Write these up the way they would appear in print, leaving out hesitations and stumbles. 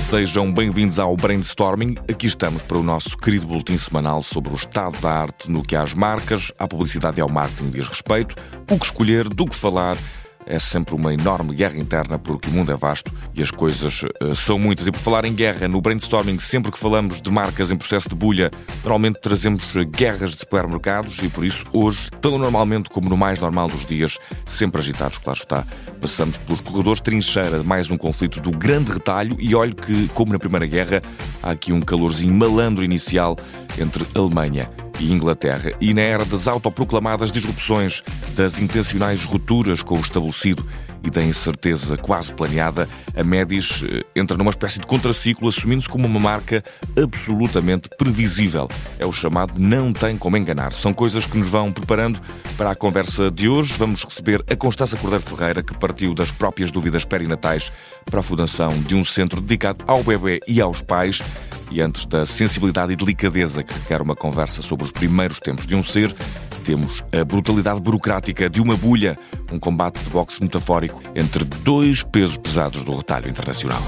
Sejam bem-vindos ao Brainstorming. Aqui estamos para o nosso querido boletim semanal sobre o estado da arte no que às marcas, à publicidade e ao marketing diz respeito. O que escolher, do que falar. É sempre uma enorme guerra interna porque o mundo é vasto e as coisas são muitas. E por falar em guerra, no Brainstorming, sempre que falamos de marcas em processo de bulha, normalmente trazemos guerras de supermercados e por isso hoje, tão normalmente como no mais normal dos dias, sempre agitados, claro está, passamos pelos corredores trincheira de mais um conflito do grande retalho e olho que, como na Primeira Guerra, há aqui um calorzinho malandro inicial entre Alemanha e Inglaterra. E na era das autoproclamadas disrupções, das intencionais rupturas com o estabelecido e da incerteza quase planeada, a Médis entra numa espécie de contraciclo, assumindo-se como uma marca absolutamente previsível. É o chamado não tem como enganar. São coisas que nos vão preparando para a conversa de hoje. Vamos receber a Constança Cordeiro Ferreira, que partiu das próprias dúvidas perinatais para a fundação de um centro dedicado ao bebê e aos pais. E antes da sensibilidade e delicadeza que requer uma conversa sobre os primeiros tempos de um ser, temos a brutalidade burocrática de uma bulha, um combate de boxe metafórico entre dois pesos pesados do retalho internacional.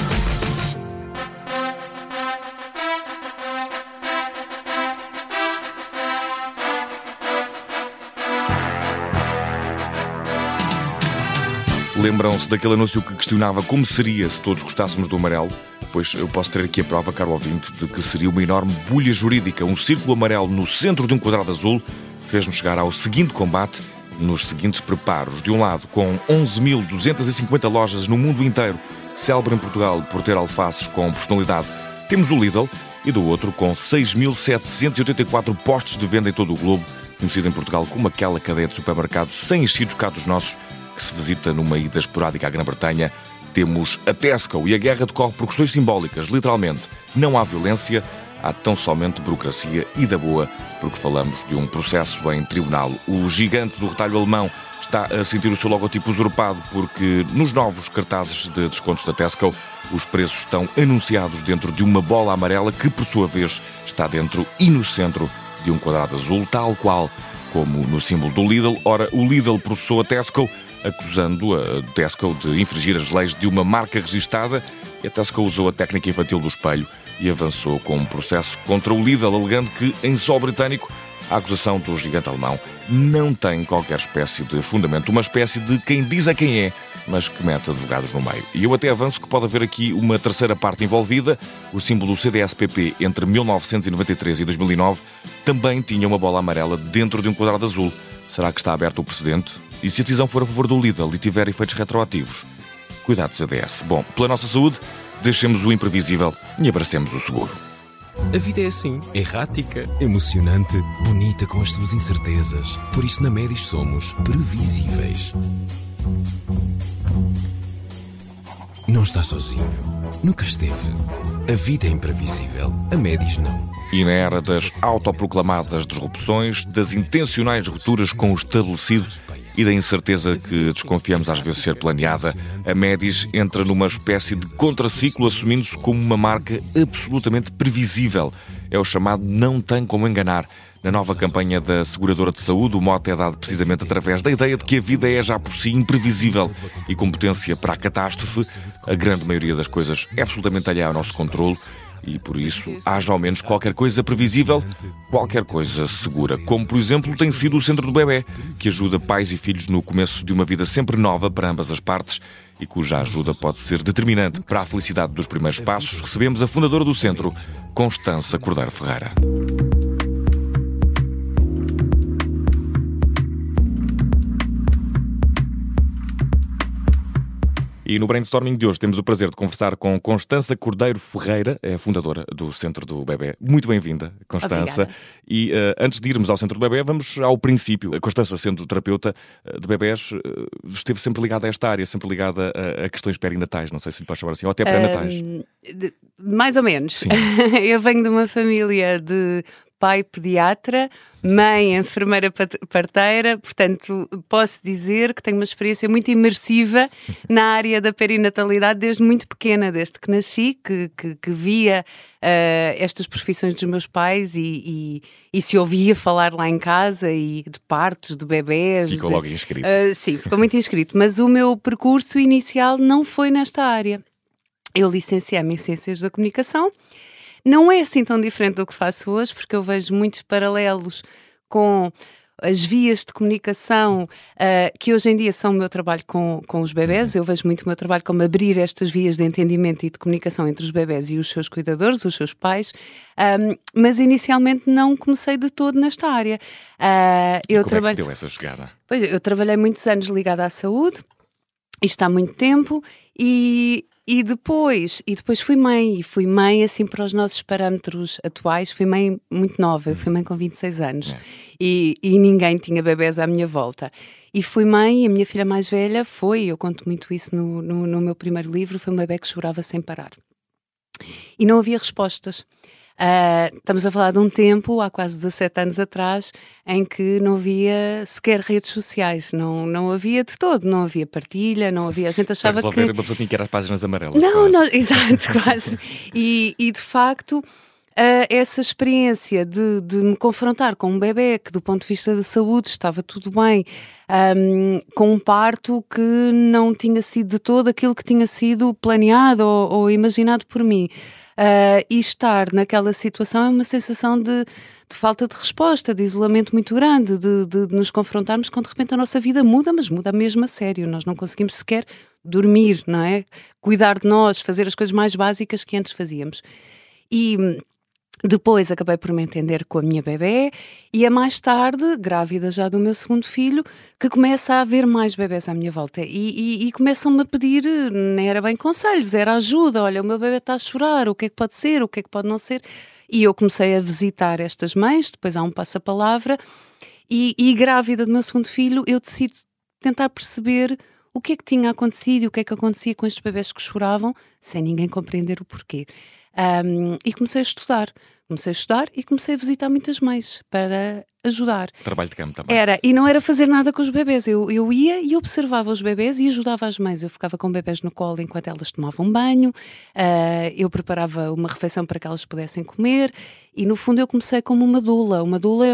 Lembram-se daquele anúncio que questionava como seria se todos gostássemos do amarelo? Pois eu posso ter aqui a prova, caro ouvinte, de que seria uma enorme bulha jurídica. Um círculo amarelo no centro de um quadrado azul fez-nos chegar ao seguinte combate nos seguintes preparos. De um lado, com 11.250 lojas no mundo inteiro, célebre em Portugal por ter alfaces com personalidade, temos o Lidl, e do outro, com 6.784 postos de venda em todo o globo, conhecido em Portugal como aquela cadeia de supermercados sem enchidos cá dos nossos, que se visita numa ida esporádica à Grã-Bretanha. Temos a Tesco e a guerra decorre por questões simbólicas, literalmente. Não há violência, há tão somente burocracia e da boa, porque falamos de um processo em tribunal. O gigante do retalho alemão está a sentir o seu logotipo usurpado porque nos novos cartazes de descontos da Tesco os preços estão anunciados dentro de uma bola amarela que, por sua vez, está dentro e no centro de um quadrado azul, tal qual como no símbolo do Lidl. Ora, o Lidl processou a Tesco, acusando a Tesco de infringir as leis de uma marca registada, e a Tesco usou a técnica infantil do espelho e avançou com um processo contra o Lidl, alegando que, em solo britânico, a acusação do gigante alemão não tem qualquer espécie de fundamento, uma espécie de quem diz a quem é, mas que mete advogados no meio. E eu até avanço que pode haver aqui uma terceira parte envolvida. O símbolo CDS-PP entre 1993 e 2009 também tinha uma bola amarela dentro de um quadrado azul. Será que está aberto o precedente? E se a decisão for a favor do Lidl e tiver efeitos retroativos? Cuidado, CDS. Bom, pela nossa saúde, deixemos o imprevisível e abracemos o seguro. A vida é assim, errática, emocionante, bonita com as suas incertezas. Por isso na Médis somos previsíveis. Não está sozinho. Nunca esteve. A vida é imprevisível. A Médis não. E na era das autoproclamadas disrupções, das intencionais rupturas com o estabelecido e da incerteza que desconfiamos às vezes ser planeada, a Médis entra numa espécie de contraciclo, assumindo-se como uma marca absolutamente previsível. É o chamado não tem como enganar. Na nova campanha da seguradora de saúde, o mote é dado precisamente através da ideia de que a vida é já por si imprevisível e com potência para a catástrofe. A grande maioria das coisas é absolutamente alheia ao nosso controle. E, por isso, haja ao menos qualquer coisa previsível, qualquer coisa segura. Como, por exemplo, tem sido o Centro do Bebé, que ajuda pais e filhos no começo de uma vida sempre nova para ambas as partes e cuja ajuda pode ser determinante para a felicidade dos primeiros passos. Recebemos a fundadora do centro, Constança Cordeiro Ferreira. E no Brainstorming de hoje temos o prazer de conversar com Constança Cordeiro Ferreira, é a fundadora do Centro do Bebé. Muito bem-vinda, Constança. Obrigada. E antes de irmos ao Centro do Bebé, vamos ao princípio. A Constança, sendo terapeuta de bebés, esteve sempre ligada a esta área, sempre ligada a questões perinatais, não sei se lhe pode chamar assim, ou até pré-natais. Mais ou menos. Sim. Eu venho de uma família de pai pediatra, mãe enfermeira parteira, portanto posso dizer que tenho uma experiência muito imersiva na área da perinatalidade desde muito pequena, desde que nasci, que via estas profissões dos meus pais e se ouvia falar lá em casa e de partos, de bebés. Ficou logo inscrito. Sim, ficou muito inscrito, mas o meu percurso inicial não foi nesta área. eu licenciei-me em Ciências da Comunicação. Não é assim tão diferente do que faço hoje, porque eu vejo muitos paralelos com as vias de comunicação que hoje em dia são o meu trabalho com os bebés. Eu vejo muito o meu trabalho como abrir estas vias de entendimento e de comunicação entre os bebés e os seus cuidadores, os seus pais, mas inicialmente não comecei de todo nesta área. Como é que se deu essa chegada? Pois, eu trabalhei muitos anos ligada à saúde, isto há muito tempo, e depois fui mãe, e fui mãe assim para os nossos parâmetros atuais, fui mãe muito nova, eu fui mãe com 26 anos e ninguém tinha bebés à minha volta. E fui mãe, e a minha filha mais velha eu conto muito isso no meu primeiro livro, foi um bebé que chorava sem parar. E não havia respostas. Estamos a falar de um tempo, há quase 17 anos atrás, em que não havia sequer redes sociais, não havia de todo, não havia partilha, não havia, a gente achava que... Uma pessoa tinha que ir às páginas amarelas. Não, exato, quase. E de facto, essa experiência de me confrontar com um bebé que do ponto de vista da saúde estava tudo bem, com um parto que não tinha sido de todo aquilo que tinha sido planeado ou imaginado por mim. E estar naquela situação é uma sensação de falta de resposta, de isolamento muito grande, de nos confrontarmos com de repente a nossa vida muda, mas muda mesmo a sério. Nós não conseguimos sequer dormir, não é? Cuidar de nós, fazer as coisas mais básicas que antes fazíamos. E depois acabei por me entender com a minha bebé e mais tarde, grávida já do meu segundo filho, que começa a haver mais bebés à minha volta e começam-me a pedir, nem era bem conselhos, era ajuda. Olha, o meu bebé está a chorar, o que é que pode ser, o que é que pode não ser? E eu comecei a visitar estas mães, depois há um passa-palavra e grávida do meu segundo filho eu decido tentar perceber o que é que tinha acontecido e o que é que acontecia com estes bebés que choravam sem ninguém compreender o porquê. E comecei a estudar e comecei a visitar muitas mães para ajudar. Trabalho de campo também. E não era fazer nada com os bebés, eu ia e observava os bebés e ajudava as mães. Eu ficava com bebés no colo enquanto elas tomavam banho, eu preparava uma refeição para que elas pudessem comer e no fundo eu comecei como uma doula. Uma doula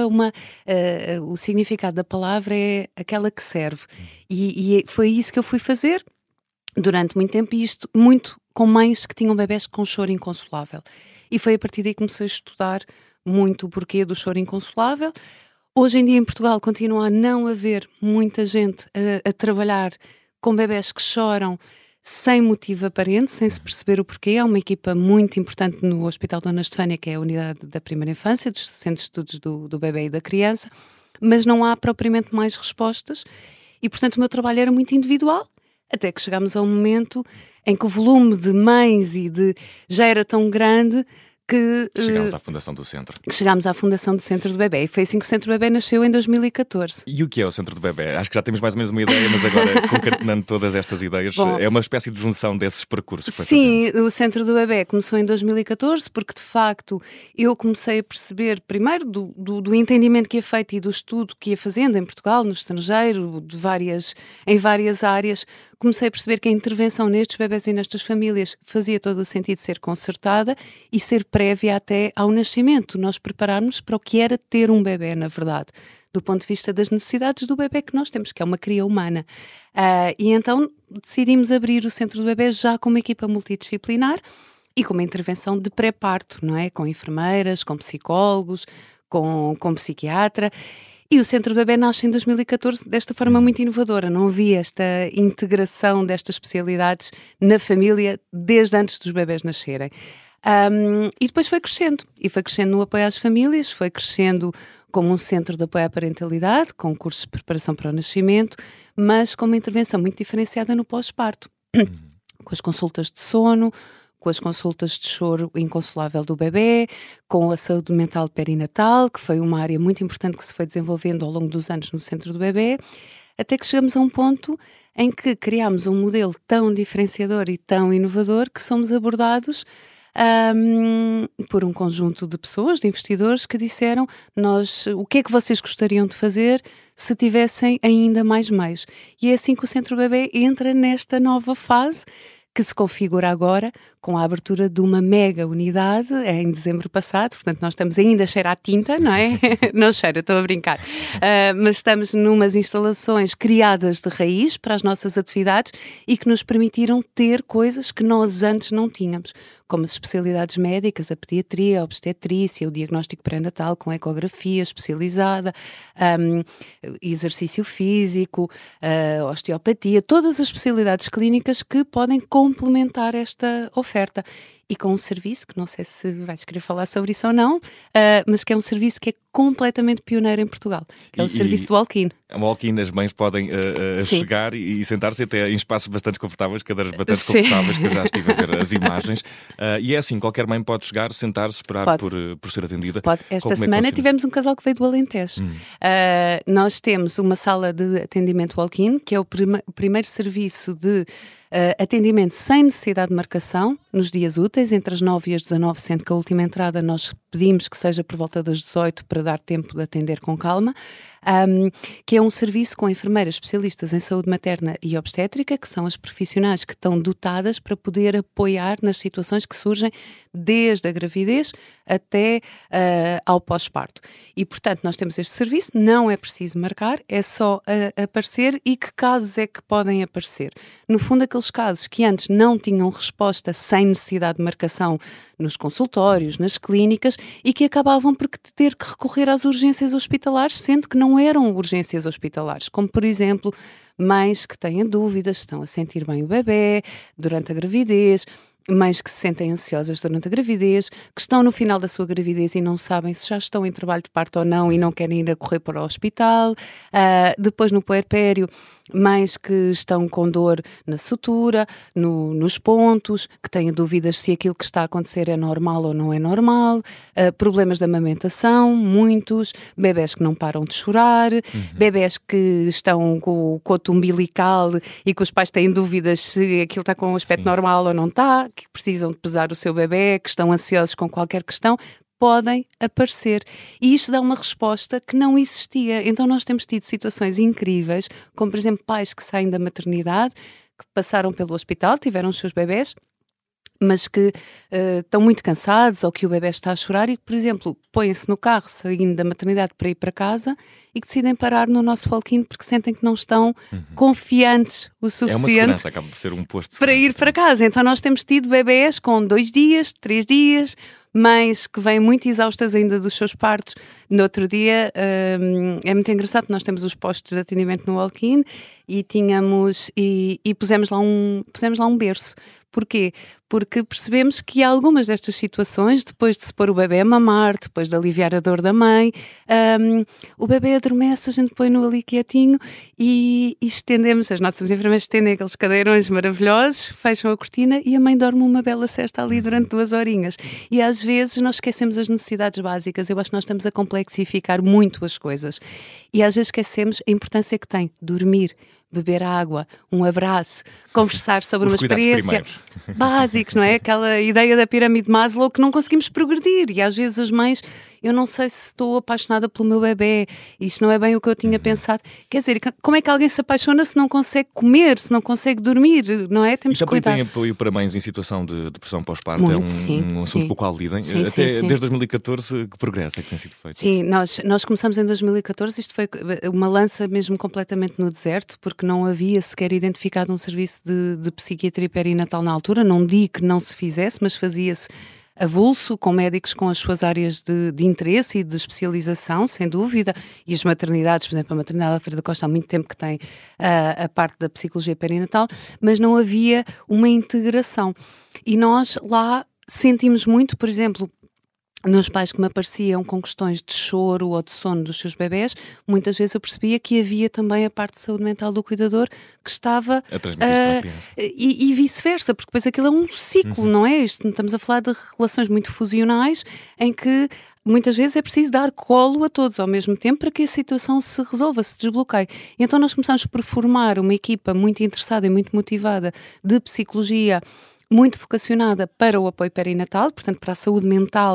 é o significado da palavra é aquela que serve e foi isso que eu fui fazer durante muito tempo e isto muito com mães que tinham bebés com choro inconsolável. E foi a partir daí que comecei a estudar muito o porquê do choro inconsolável. Hoje em dia em Portugal continua a não haver muita gente a trabalhar com bebés que choram sem motivo aparente, sem se perceber o porquê. Há uma equipa muito importante no Hospital Dona Estefânia, que é a unidade da primeira infância, dos Centros de Estudos do bebé e da criança, mas não há propriamente mais respostas e, portanto, o meu trabalho era muito individual, até que chegámos a um momento em que o volume de mães já era tão grande que... Chegámos à fundação do centro. Chegámos à fundação do Centro do Bebé e foi assim que o Centro do Bebé nasceu em 2014. E o que é o Centro do Bebé? Acho que já temos mais ou menos uma ideia, mas agora, concatenando todas estas ideias, é uma espécie de junção desses percursos. Sim, o Centro do Bebé começou em 2014 porque, de facto, eu comecei a perceber, primeiro, do entendimento que ia feito e do estudo que ia fazendo em Portugal, no estrangeiro, em várias áreas, comecei a perceber que a intervenção nestes bebés e nestas famílias fazia todo o sentido ser concertada e ser prévia até ao nascimento, nós prepararmos para o que era ter um bebé, na verdade, do ponto de vista das necessidades do bebé que nós temos, que é uma cria humana. E então decidimos abrir o Centro do Bebé já com uma equipa multidisciplinar e com uma intervenção de pré-parto, não é? Com enfermeiras, com psicólogos, com psiquiatra. E o Centro do Bebé nasce em 2014 desta forma muito inovadora. Não havia esta integração destas especialidades na família desde antes dos bebés nascerem. E depois foi crescendo. E foi crescendo no apoio às famílias, foi crescendo como um centro de apoio à parentalidade, com cursos de preparação para o nascimento, mas com uma intervenção muito diferenciada no pós-parto. Com as consultas de sono, com as consultas de choro inconsolável do bebê, com a saúde mental perinatal, que foi uma área muito importante que se foi desenvolvendo ao longo dos anos no Centro do Bebé, até que chegamos a um ponto em que criámos um modelo tão diferenciador e tão inovador que somos abordados por um conjunto de pessoas, de investidores, que disseram: o que é que vocês gostariam de fazer se tivessem ainda mais meios? E é assim que o Centro Bebé entra nesta nova fase, que se configura agora com a abertura de uma mega unidade em dezembro passado, portanto nós estamos ainda a cheirar a tinta, não é? Não cheira, estou a brincar. Mas estamos numas instalações criadas de raiz para as nossas atividades e que nos permitiram ter coisas que nós antes não tínhamos, como as especialidades médicas, a pediatria, a obstetrícia, o diagnóstico pré-natal com ecografia especializada, exercício físico, osteopatia, todas as especialidades clínicas que podem complementar esta oferta. E com um serviço, que não sei se vais querer falar sobre isso ou não, mas que é um serviço que é completamente pioneiro em Portugal, que é o serviço do walk-in. O walk-in, as mães podem chegar e sentar-se até em espaços bastante confortáveis, cadeiras bastante confortáveis, que eu já estive a ver as imagens. E é assim, qualquer mãe pode chegar, sentar-se, esperar por ser atendida. Pode. Esta semana tivemos um casal que veio do Alentejo. Nós temos uma sala de atendimento walk-in, que é o primeiro serviço de atendimento sem necessidade de marcação, nos dias úteis, entre as 9 e as 19, sendo que a última entrada nós pedimos que seja por volta das 18 para dar tempo de atender com calma, que é um serviço com enfermeiras especialistas em saúde materna e obstétrica, que são as profissionais que estão dotadas para poder apoiar nas situações que surgem desde a gravidez até ao pós-parto. E, portanto, nós temos este serviço, não é preciso marcar, é só aparecer. E que casos é que podem aparecer? No fundo, aqueles casos que antes não tinham resposta sem necessidade de marcação nos consultórios, nas clínicas, e que acabavam por ter que recorrer às urgências hospitalares, sendo que não eram urgências hospitalares, como, por exemplo, mães que têm dúvidas se estão a sentir bem o bebê durante a gravidez, mães que se sentem ansiosas durante a gravidez, que estão no final da sua gravidez e não sabem se já estão em trabalho de parto ou não e não querem ir a correr para o hospital. Depois, no puerpério, mães que estão com dor na sutura, nos pontos, que têm dúvidas se aquilo que está a acontecer é normal ou não é normal, problemas de amamentação, muitos, bebés que não param de chorar, bebés que estão com o coto umbilical e que os pais têm dúvidas se aquilo está com um aspecto normal ou não está, que precisam de pesar o seu bebê, que estão ansiosos com qualquer questão, podem aparecer. E isto dá uma resposta que não existia. Então nós temos tido situações incríveis, como por exemplo pais que saem da maternidade, que passaram pelo hospital, tiveram os seus bebés, mas que estão muito cansados ou que o bebê está a chorar e, por exemplo, põem-se no carro saindo da maternidade para ir para casa e que decidem parar no nosso walk-in porque sentem que não estão confiantes o suficiente. É uma segurança, acaba por ser um posto de para ir para casa. Então nós temos tido bebés com 2 dias, 3 dias, mães que vêm muito exaustas ainda dos seus partos. No outro dia, é muito engraçado, nós temos os postos de atendimento no walk-in e pusemos lá um berço. Porquê? Porque percebemos que algumas destas situações, depois de se pôr o bebê a mamar, depois de aliviar a dor da mãe, o bebê adormece, a gente põe-no ali quietinho e estendemos, as nossas enfermeiras estendem aqueles cadeirões maravilhosos, fecham a cortina e a mãe dorme uma bela sesta ali durante 2 horinhas. E às vezes nós esquecemos as necessidades básicas, eu acho que nós estamos a complexificar muito as coisas. E às vezes esquecemos a importância que tem dormir, beber água, um abraço, conversar sobre uma experiência básicos, não é? Aquela ideia da pirâmide de Maslow que não conseguimos progredir e às vezes as mães, eu não sei se estou apaixonada pelo meu bebê, isto não é bem o que eu tinha pensado. Quer dizer, como é que alguém se apaixona se não consegue comer, se não consegue dormir, não é? Temos que cuidar. Também tem apoio para mães em situação de depressão pós-parto, é um assunto pelo qual lidem. Desde 2014, que progresso é que tem sido feito? Sim, nós começamos em 2014, isto foi uma lança mesmo completamente no deserto, porque não havia sequer identificado um serviço de psiquiatria perinatal na altura. Não digo que não se fizesse, mas fazia-se avulso, com médicos com as suas áreas de interesse e de especialização, sem dúvida, e as maternidades, por exemplo, a maternidade da Feira da Costa há muito tempo que tem a parte da psicologia perinatal, mas não havia uma integração. E nós lá sentimos muito, por exemplo, nos pais que me apareciam com questões de choro ou de sono dos seus bebés, muitas vezes eu percebia que havia também a parte de saúde mental do cuidador que estava a transmitir para a criança. E vice-versa, porque depois aquilo é um ciclo, não é? Estamos a falar de relações muito fusionais em que muitas vezes é preciso dar colo a todos ao mesmo tempo para que a situação se resolva, se desbloqueie. E então nós começamos por formar uma equipa muito interessada e muito motivada de psicologia, muito vocacionada para o apoio perinatal, portanto para a saúde mental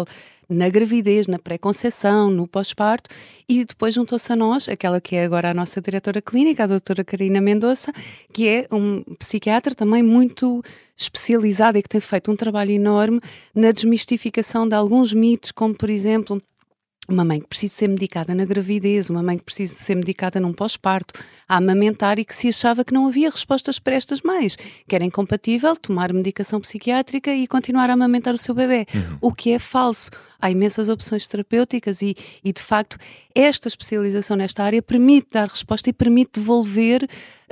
na gravidez, na pré-conceição, no pós-parto, e depois juntou-se a nós, aquela que é agora a nossa diretora clínica, a doutora Karina Mendonça, que é um psiquiatra também muito especializada e que tem feito um trabalho enorme na desmistificação de alguns mitos, como por exemplo uma mãe que precisa ser medicada na gravidez, uma mãe que precisa ser medicada num pós-parto, a amamentar, e que se achava que não havia respostas para estas mães, que era incompatível tomar medicação psiquiátrica e continuar a amamentar o seu bebê, o que é falso. Há imensas opções terapêuticas e de facto, esta especialização nesta área permite dar resposta e permite devolver...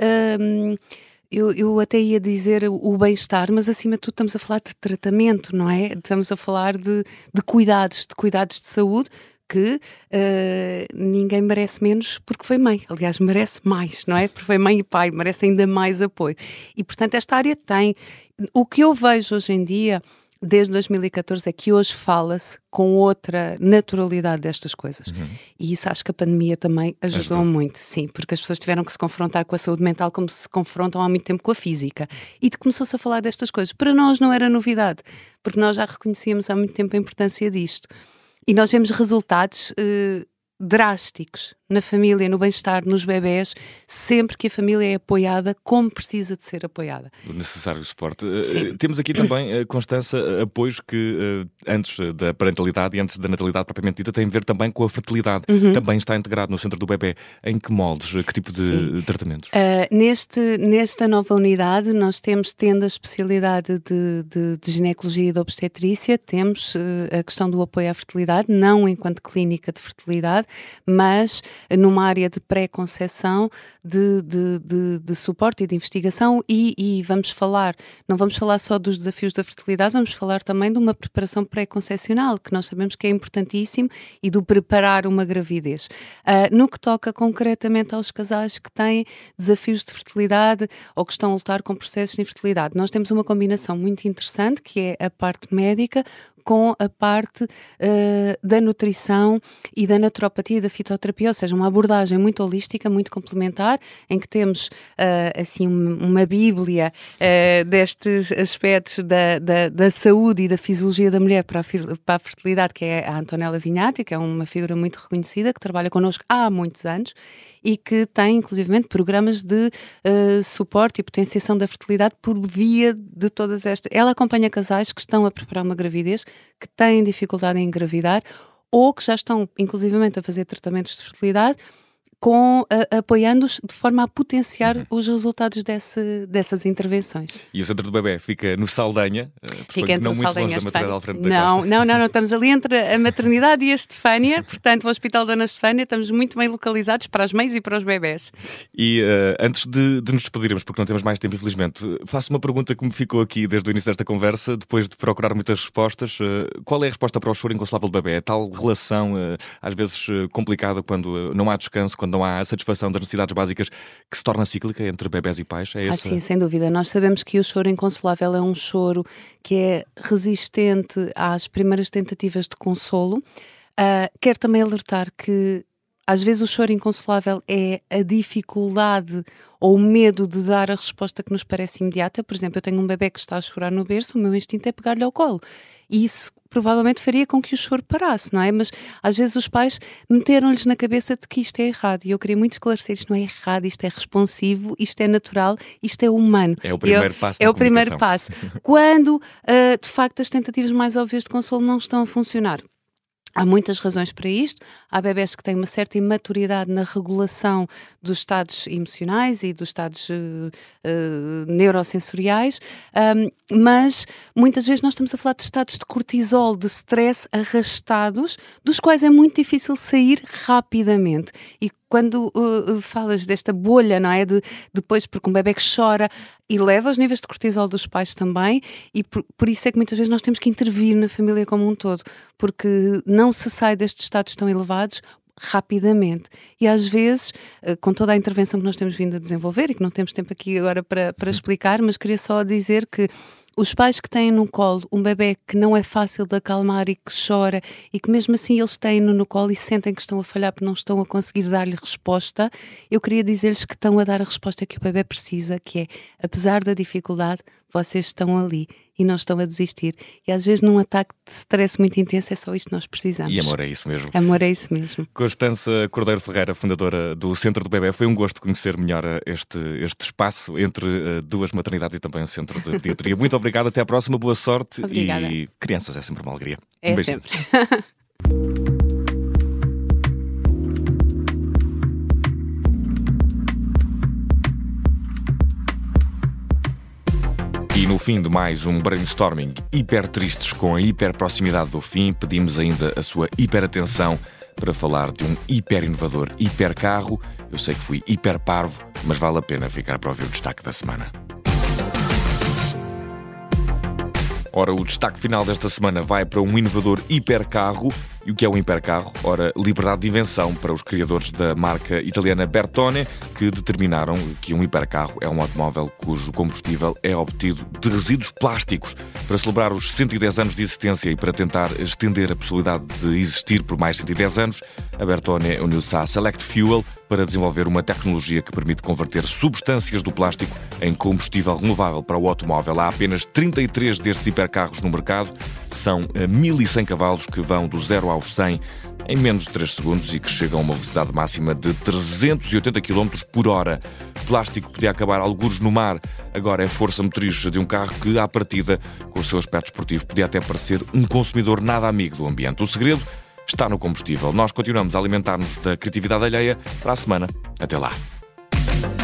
Eu até ia dizer o bem-estar, mas acima de tudo estamos a falar de tratamento, não é? Estamos a falar de cuidados de saúde, que ninguém merece menos porque foi mãe. Aliás, merece mais, não é? Porque foi mãe e pai, merece ainda mais apoio. E, portanto, esta área tem... O que eu vejo hoje em dia, desde 2014, é que hoje fala-se com outra naturalidade destas coisas. E isso acho que a pandemia também ajudou muito, sim, porque as pessoas tiveram que se confrontar com a saúde mental como se confrontam há muito tempo com a física. E começou-se a falar destas coisas. Para nós não era novidade, porque nós já reconhecíamos há muito tempo a importância disto. E nós vemos resultados drásticos na família, no bem-estar, nos bebés, sempre que a família é apoiada como precisa de ser apoiada. O necessário suporte. Temos aqui também, Constança, apoios que antes da parentalidade e antes da natalidade propriamente dita têm a ver também com a fertilidade. Também está integrado no centro do bebé. Em que moldes? Que tipo de tratamentos? Nesta nova unidade nós tendo a especialidade de ginecologia e de obstetrícia, temos a questão do apoio à fertilidade, não enquanto clínica de fertilidade, mas numa área de pré-conceição, de suporte e de investigação e não vamos falar só dos desafios da fertilidade, vamos falar também de uma preparação pré-concepcional, que nós sabemos que é importantíssimo, e do preparar uma gravidez. No que toca concretamente aos casais que têm desafios de fertilidade ou que estão a lutar com processos de infertilidade, nós temos uma combinação muito interessante, que é a parte médica com a parte da nutrição e da naturopatia e da fitoterapia, ou seja, uma abordagem muito holística, muito complementar, em que temos assim uma bíblia destes aspectos da saúde e da fisiologia da mulher para a fertilidade, que é a Antonella Vignati, que é uma figura muito reconhecida, que trabalha connosco há muitos anos e que tem, inclusivamente, programas de suporte e potenciação da fertilidade por via de todas estas... Ela acompanha casais que estão a preparar uma gravidez, que têm dificuldade em engravidar ou que já estão, inclusivamente, a fazer tratamentos de fertilidade, apoiando-os de forma a potenciar os resultados dessas intervenções. E o centro do bebé fica no Saldanha, fica entre não o muito Saldanha longe da maternidade à frente da Costa. Não, estamos ali entre a maternidade e a Estefânia, portanto o Hospital Dona Estefânia, estamos muito bem localizados para as mães e para os bebés. E antes de nos despedirmos, porque não temos mais tempo infelizmente, faço uma pergunta que me ficou aqui desde o início desta conversa, depois de procurar muitas respostas. Qual é a resposta para o choro inconsolável do bebé? É tal relação, às vezes complicada, quando não há descanso, quando não há a satisfação das necessidades básicas, que se torna cíclica entre bebés e pais? É sim, sem dúvida. Nós sabemos que o choro inconsolável é um choro que é resistente às primeiras tentativas de consolo. Quero também alertar que às vezes o choro inconsolável é a dificuldade ou o medo de dar a resposta que nos parece imediata. Por exemplo, eu tenho um bebé que está a chorar no berço, o meu instinto é pegar-lhe ao colo. E isso provavelmente faria com que o choro parasse, não é? Mas às vezes os pais meteram-lhes na cabeça de que isto é errado. E eu queria muito esclarecer, isto não é errado, isto é responsivo, isto é natural, isto é humano. É o primeiro passo da comunicação. É o primeiro passo. Quando, de facto, as tentativas mais óbvias de consolo não estão a funcionar. Há muitas razões para isto. Há bebés que têm uma certa imaturidade na regulação dos estados emocionais e dos estados neurosensoriais, mas muitas vezes nós estamos a falar de estados de cortisol, de stress arrastados, dos quais é muito difícil sair rapidamente. E quando falas desta bolha, não é? Depois, porque um bebé que chora eleva os níveis de cortisol dos pais também, e por isso é que muitas vezes nós temos que intervir na família como um todo, porque não se sai destes estados tão elevados rapidamente. E às vezes, com toda a intervenção que nós temos vindo a desenvolver, e que não temos tempo aqui agora para explicar, mas queria só dizer que os pais que têm no colo um bebé que não é fácil de acalmar e que chora e que mesmo assim eles têm-no no colo e sentem que estão a falhar porque não estão a conseguir dar-lhe resposta, eu queria dizer-lhes que estão a dar a resposta que o bebé precisa, que é, apesar da dificuldade, vocês estão ali e não estão a desistir. E às vezes num ataque de stress muito intenso é só isto que nós precisamos. E amor é isso mesmo. Amor é isso mesmo. Constança Cordeiro Ferreira, fundadora do Centro do Bebé, foi um gosto conhecer melhor este espaço entre duas maternidades e também um centro de pediatria. Muito obrigado, até à próxima, boa sorte. Obrigada. E crianças é sempre uma alegria. É um beijinho. sempre. E no fim de mais um brainstorming hiper tristes com a hiper proximidade do fim, pedimos ainda a sua hiper atenção para falar de um hiper inovador hiper carro. Eu sei que fui hiper parvo, mas vale a pena ficar para ouvir o destaque da semana. Ora, o destaque final desta semana vai para um inovador hipercarro. E o que é um hipercarro? Ora, liberdade de invenção para os criadores da marca italiana Bertone, que determinaram que um hipercarro é um automóvel cujo combustível é obtido de resíduos plásticos. Para celebrar os 110 anos de existência e para tentar estender a possibilidade de existir por mais 110 anos, a Bertone uniu-se à Select Fuel para desenvolver uma tecnologia que permite converter substâncias do plástico em combustível renovável para o automóvel. Há apenas 33 destes hipercarros no mercado. São 1.100 cavalos que vão do 0 aos 100 em menos de 3 segundos e que chegam a uma velocidade máxima de 380 km por hora. O plástico podia acabar algures no mar. Agora é força motriz de um carro que, à partida, com o seu aspecto esportivo, podia até parecer um consumidor nada amigo do ambiente. O segredo está no combustível. Nós continuamos a alimentar-nos da criatividade alheia. Para a semana. Até lá.